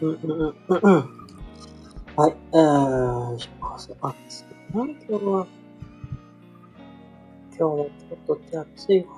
うんうんうんうん。はい、今日もちょっと手暑いわ。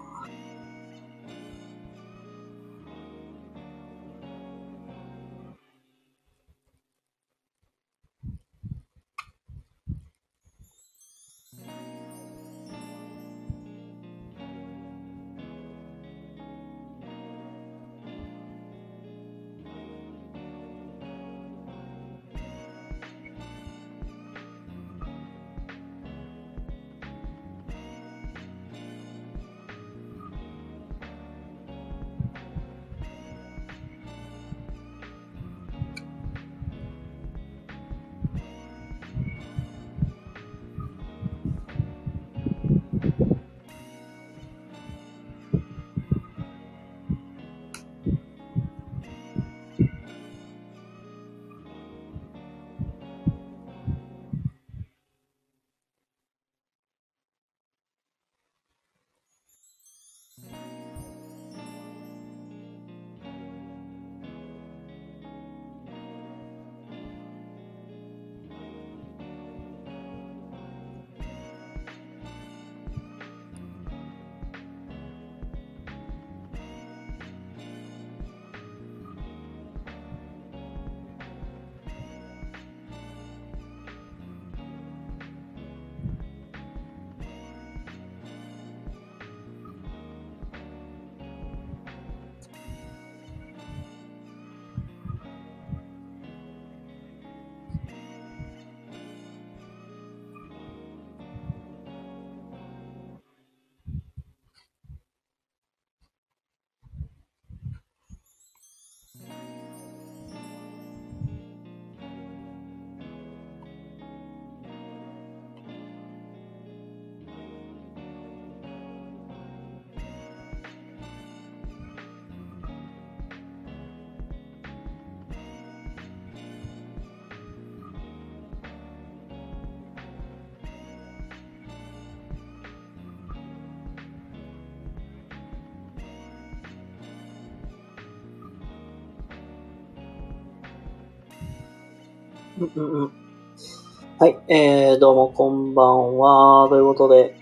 うんうんうん。はい、どうもこんばんは。ということで、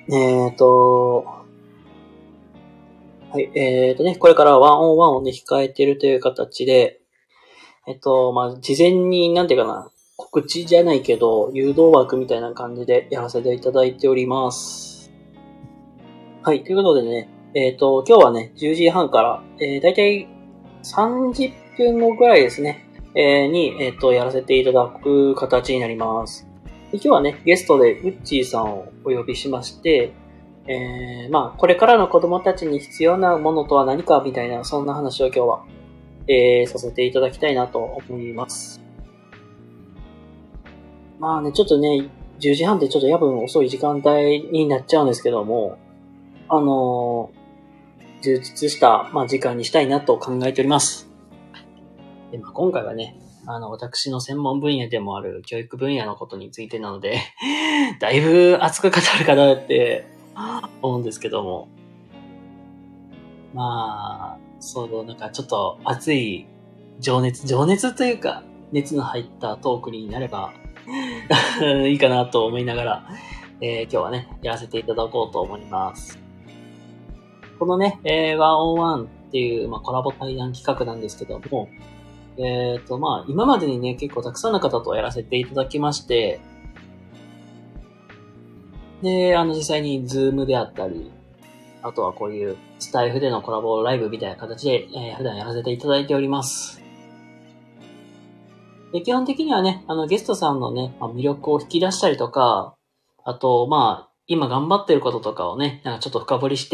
はい、これからワンオンワンをね、控えているという形で、事前に、なんていうかな、告知じゃないけど、誘導枠みたいな感じでやらせていただいております。はい、ということでね、今日はね、10時半から、だいたい30分後ぐらいですね、に、やらせていただく形になります。で今日はね、ゲストでウッチーさんをお呼びしまして、これからの子供たちに必要なものとは何かみたいな、そんな話を今日は、させていただきたいなと思います。まあね、ちょっとね、10時半ってちょっと夜分遅い時間帯になっちゃうんですけども、充実した、時間にしたいなと考えております。で今回はね、私の専門分野でもある教育分野のことについてなので、だいぶ熱く語るかなって思うんですけども、なんかちょっと熱い情熱というか、熱の入ったトークになればいいかなと思いながら、今日はね、やらせていただこうと思います。このね、ワンオンワンっていう、コラボ対談企画なんですけども、今までにね、結構たくさんの方とやらせていただきまして、で、実際にズームであったり、あとはこういうスタイフでのコラボライブみたいな形で、普段やらせていただいております。で基本的にはね、ゲストさんのね、魅力を引き出したりとか、あと、今頑張ってることとかをね、なんかちょっと深掘りして、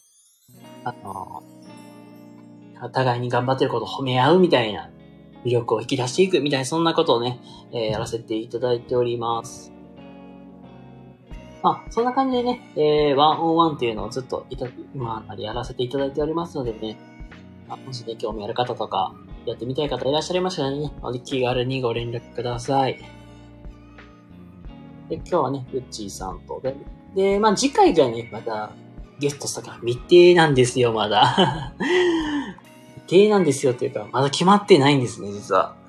互いに頑張ってることを褒め合うみたいな、魅力を引き出していくみたいな、そんなことをね、やらせていただいております。そんな感じでね、ワンオンワンっていうのをずっと今までやらせていただいておりますのでね、もしね、興味ある方とか、やってみたい方いらっしゃいましたらね、気軽にご連絡ください。で、今日はね、ウッチーさんとで、次回がね、また、ゲストとか未定なんですよ、まだ。未定なんですよっていうか、まだ決まってないんですね、実は。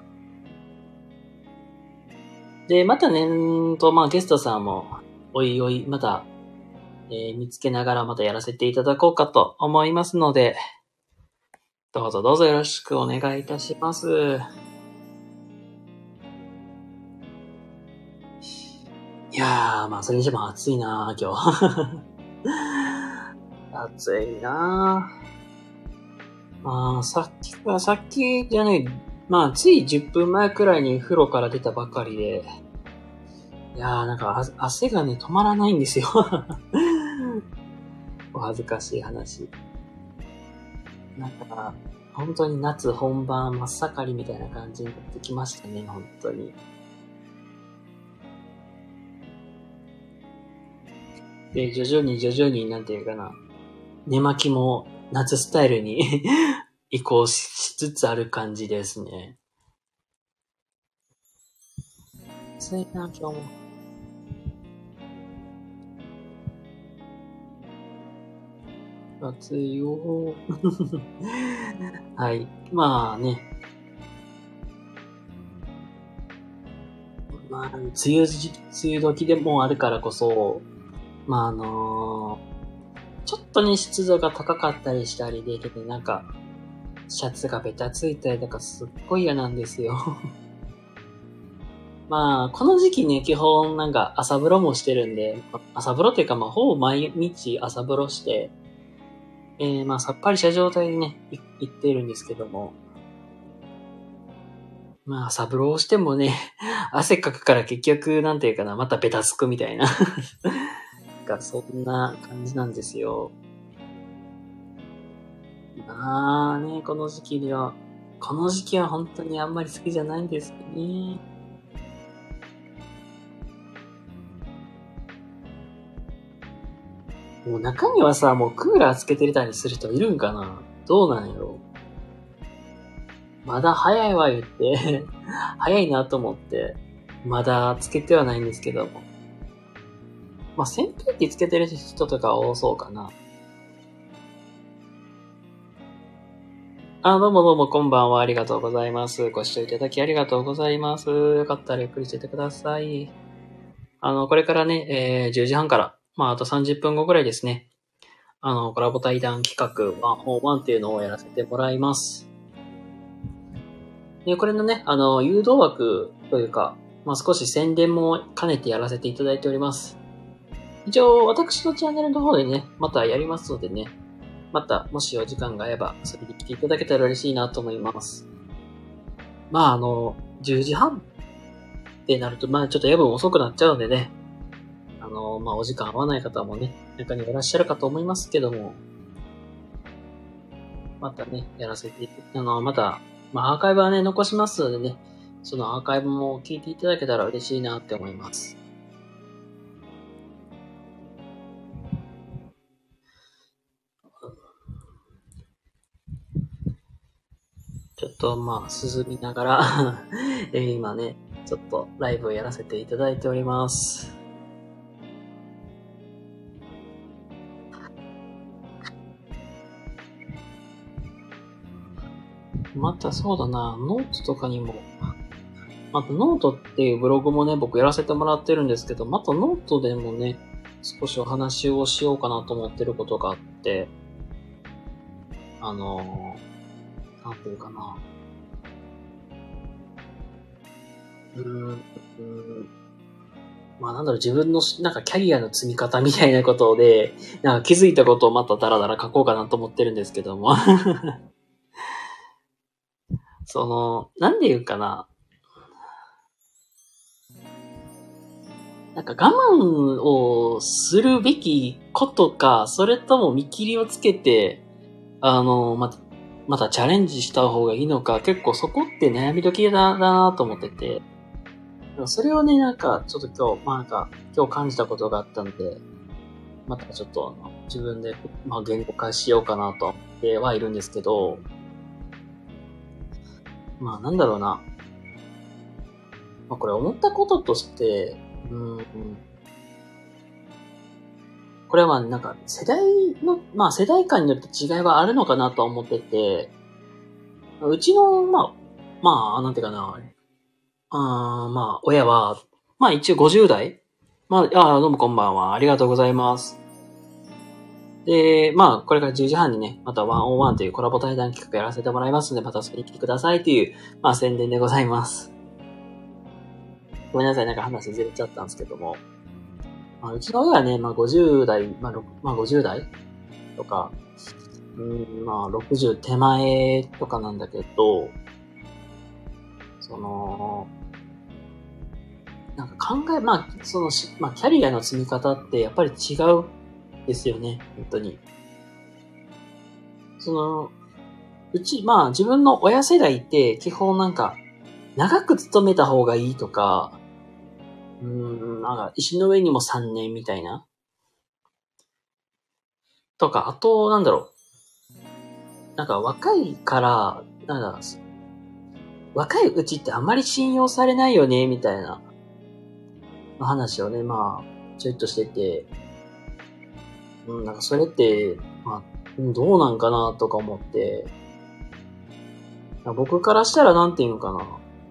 で、またね、まあゲストさんも、おいおい、また、見つけながらまたやらせていただこうかと思いますので、どうぞどうぞよろしくお願いいたします。いやー、まあそれにしても暑いなー、今日。暑いなー。まあ、さっきじゃね、まあ、つい10分前くらいに風呂から出たばかりで、いやー、なんか汗がね、止まらないんですよ。お恥ずかしい話。なんか、本当に夏本番真っ盛りみたいな感じになってきましたね、本当に。で、徐々になんていうかな、寝巻きも夏スタイルに移行しつつある感じですね。暑いな、今日も。暑いよはい。まあね。まあ、梅雨時でもあるからこそ、まあちょっとね、湿度が高かったりしたりで、なんか、シャツがベタついたりとかすっごい嫌なんですよ。まあ、この時期ね、基本なんか朝風呂もしてるんで、朝風呂っていうかまあ、ほぼ毎日朝風呂して、まあ、さっぱりした状態でね、行ってるんですけども、まあ、朝風呂をしてもね、汗かくから結局、なんていうかな、またベタつくみたいな。そんな感じなんですよ。まあね、この時期は本当にあんまり好きじゃないんですね。もう中にはさ、もうクーラーつけてたりする人いるんかな？どうなんやろ？まだ早いわ言って早いなと思って、まだつけてはないんですけども。まあ、扇風機つけてる人とか多そうかな。どうもどうもこんばんは。ありがとうございます。ご視聴いただきありがとうございます。よかったらゆっくりしててください。これからね、10時半から、まあ、あと30分後ぐらいですね。コラボ対談企画141っていうのをやらせてもらいます。で、これのね、誘導枠というか、まあ、少し宣伝も兼ねてやらせていただいております。一応、私のチャンネルの方でね、またやりますのでね、また、もしお時間が合えば、遊びに来ていただけたら嬉しいなと思います。まあ、10時半ってなると、まあ、ちょっと夜分遅くなっちゃうんでね、まあ、お時間合わない方もね、中にいらっしゃるかと思いますけども、またね、やらせて、また、まあ、アーカイブはね、残しますのでね、そのアーカイブも聞いていただけたら嬉しいなって思います。ちょっとまあ、進みながら今ね、ちょっとライブをやらせていただいております。またそうだな、ノートとかにも、またノートっていうブログもね、僕やらせてもらってるんですけど、またノートでもね、少しお話をしようかなと思ってることがあって、なんていうかな。まあなんだろう、自分のなんかキャリアの積み方みたいなことで、なんか気づいたことをまたダラダラ書こうかなと思ってるんですけども。なんで言うかな。なんか我慢をするべきことか、それとも見切りをつけて、またチャレンジした方がいいのか、結構そこって悩み時だなと思ってて、それをね、なんか、ちょっと今日、まあなんか、今日感じたことがあったんで、またちょっと自分で、まあ言語化しようかなと思ってはいるんですけど、まあなんだろうな。まあこれ思ったこととして、これはなんか世代間によって違いはあるのかなと思ってて、うちの、なんていうかな、まあ、親は、 まあ一応50代。まあ、どうもこんばんは。ありがとうございます。で、まあ、これから10時半にね、また101というコラボ対談企画やらせてもらいますので、またそれに来てくださいという、まあ宣伝でございます。ごめんなさい、なんか話ずれちゃったんですけども。まあ、うちの親はね、まあ50代、まあ50代とか、まあ60手前とかなんだけど、なんかまあ、まあ、キャリアの積み方ってやっぱり違うですよね、本当に。まあ自分の親世代って基本なんか、長く勤めた方がいいとか、なんか石の上にも3年みたいな。とか、あと、なんだろう。なんか若いから、若いうちってあんまり信用されないよね、みたいな話をね、まあ、ちょいとしてて、なんかそれって、まあ、どうなんかな、とか思って、僕からしたらなんていうのかな。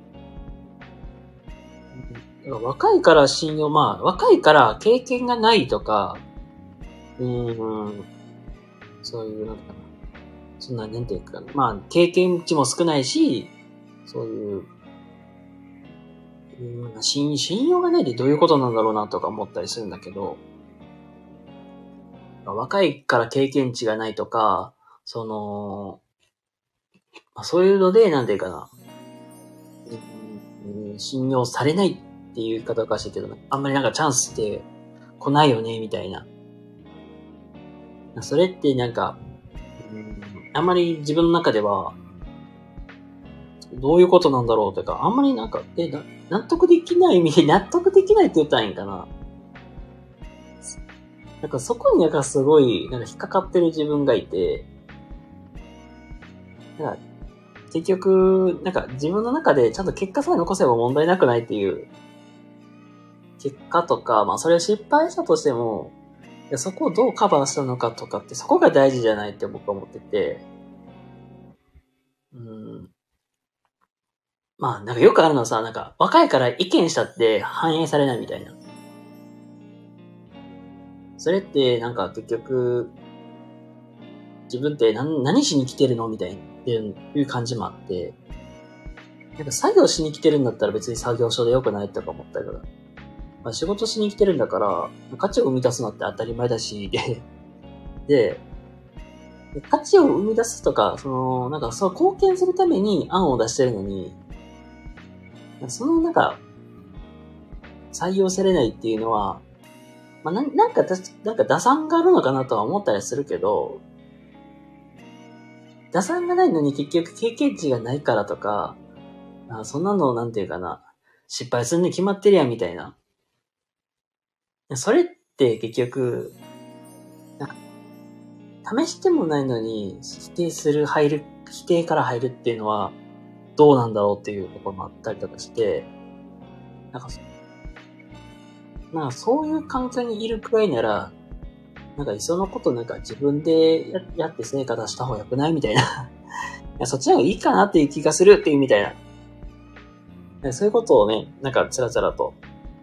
若いから若いから経験がないとか、そういう、なんかな。そんな、なんていうかな。まあ、経験値も少ないし、そういう、信用がないってどういうことなんだろうなとか思ったりするんだけど、若いから経験値がないとか、そういうので、なんていうかな、信用されないっていう言い方おかしいけど、あんまりなんかチャンスって来ないよね、みたいな。それってなんか、あんまり自分の中では、どういうことなんだろうとか、あんまりなんか、納得できない納得できないって言ったらいいんかな。なんかそこになんかすごい、なんか引っかかってる自分がいて、なんか結局、なんか自分の中でちゃんと結果さえ残せば問題なくないっていう、結果とか、まあそれを失敗したとしても、そこをどうカバーしたのかとかってそこが大事じゃないって僕は思ってて、まあなんかよくあるのはさ、なんか若いから意見したって反映されないみたいな。それってなんか結局、自分って何しに来てるのみたいないう感じもあって、なんか作業しに来てるんだったら別に作業所で良くないとか思ったから、まあ、仕事しに来てるんだから、価値を生み出すのって当たり前だし、で、価値を生み出すとか、なんかそう貢献するために案を出してるのに、なんか、採用されないっていうのは、まあ、なんか打算があるのかなとは思ったりするけど、打算がないのに結局経験値がないからとか、そんなのなんていうかな、失敗するに決まってるやんみたいな。それって結局、試してもないのに否定から入るっていうのはどうなんだろうっていうところもあったりとかして、なんかそういう環境にいるくらいなら、なんかいっそのことなんか自分でやって成果出した方が良くないみたいな。いや、そっちの方がいいかなっていう気がするっていうみたいな。そういうことをね、なんかつらつらと、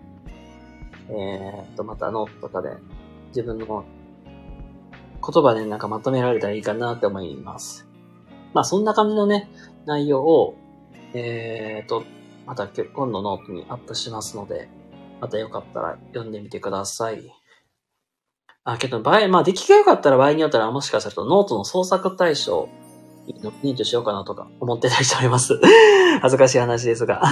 またノートとかで自分の言葉でなんかまとめられたらいいかなって思います。まあそんな感じのね、内容を、また今度ノートにアップしますので、またよかったら読んでみてください。けどまあ出来が良かったら場合によったらもしかするとノートの創作対象に認知しようかなとか思ってたりしております。恥ずかしい話ですが。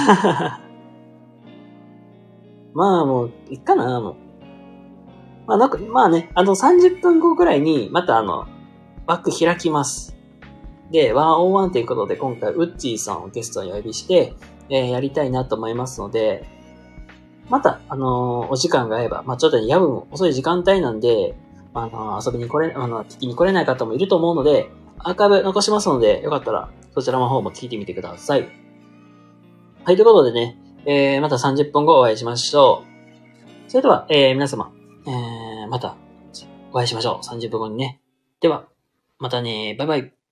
まあもう、いっかな、まあね、30分後くらいに、また枠開きます。で、101ということで、今回、ウッチーさんをゲストにお呼びして、やりたいなと思いますので、また、お時間が合えば、まあちょっと夜分遅い時間帯なんで、遊びに聞きに来れない方もいると思うので、アーカイブ残しますので、よかったら、そちらの方も聞いてみてください。はい、ということでね、また30分後お会いしましょう。それでは、皆様、またお会いしましょう。30分後にね。では、またね。バイバイ。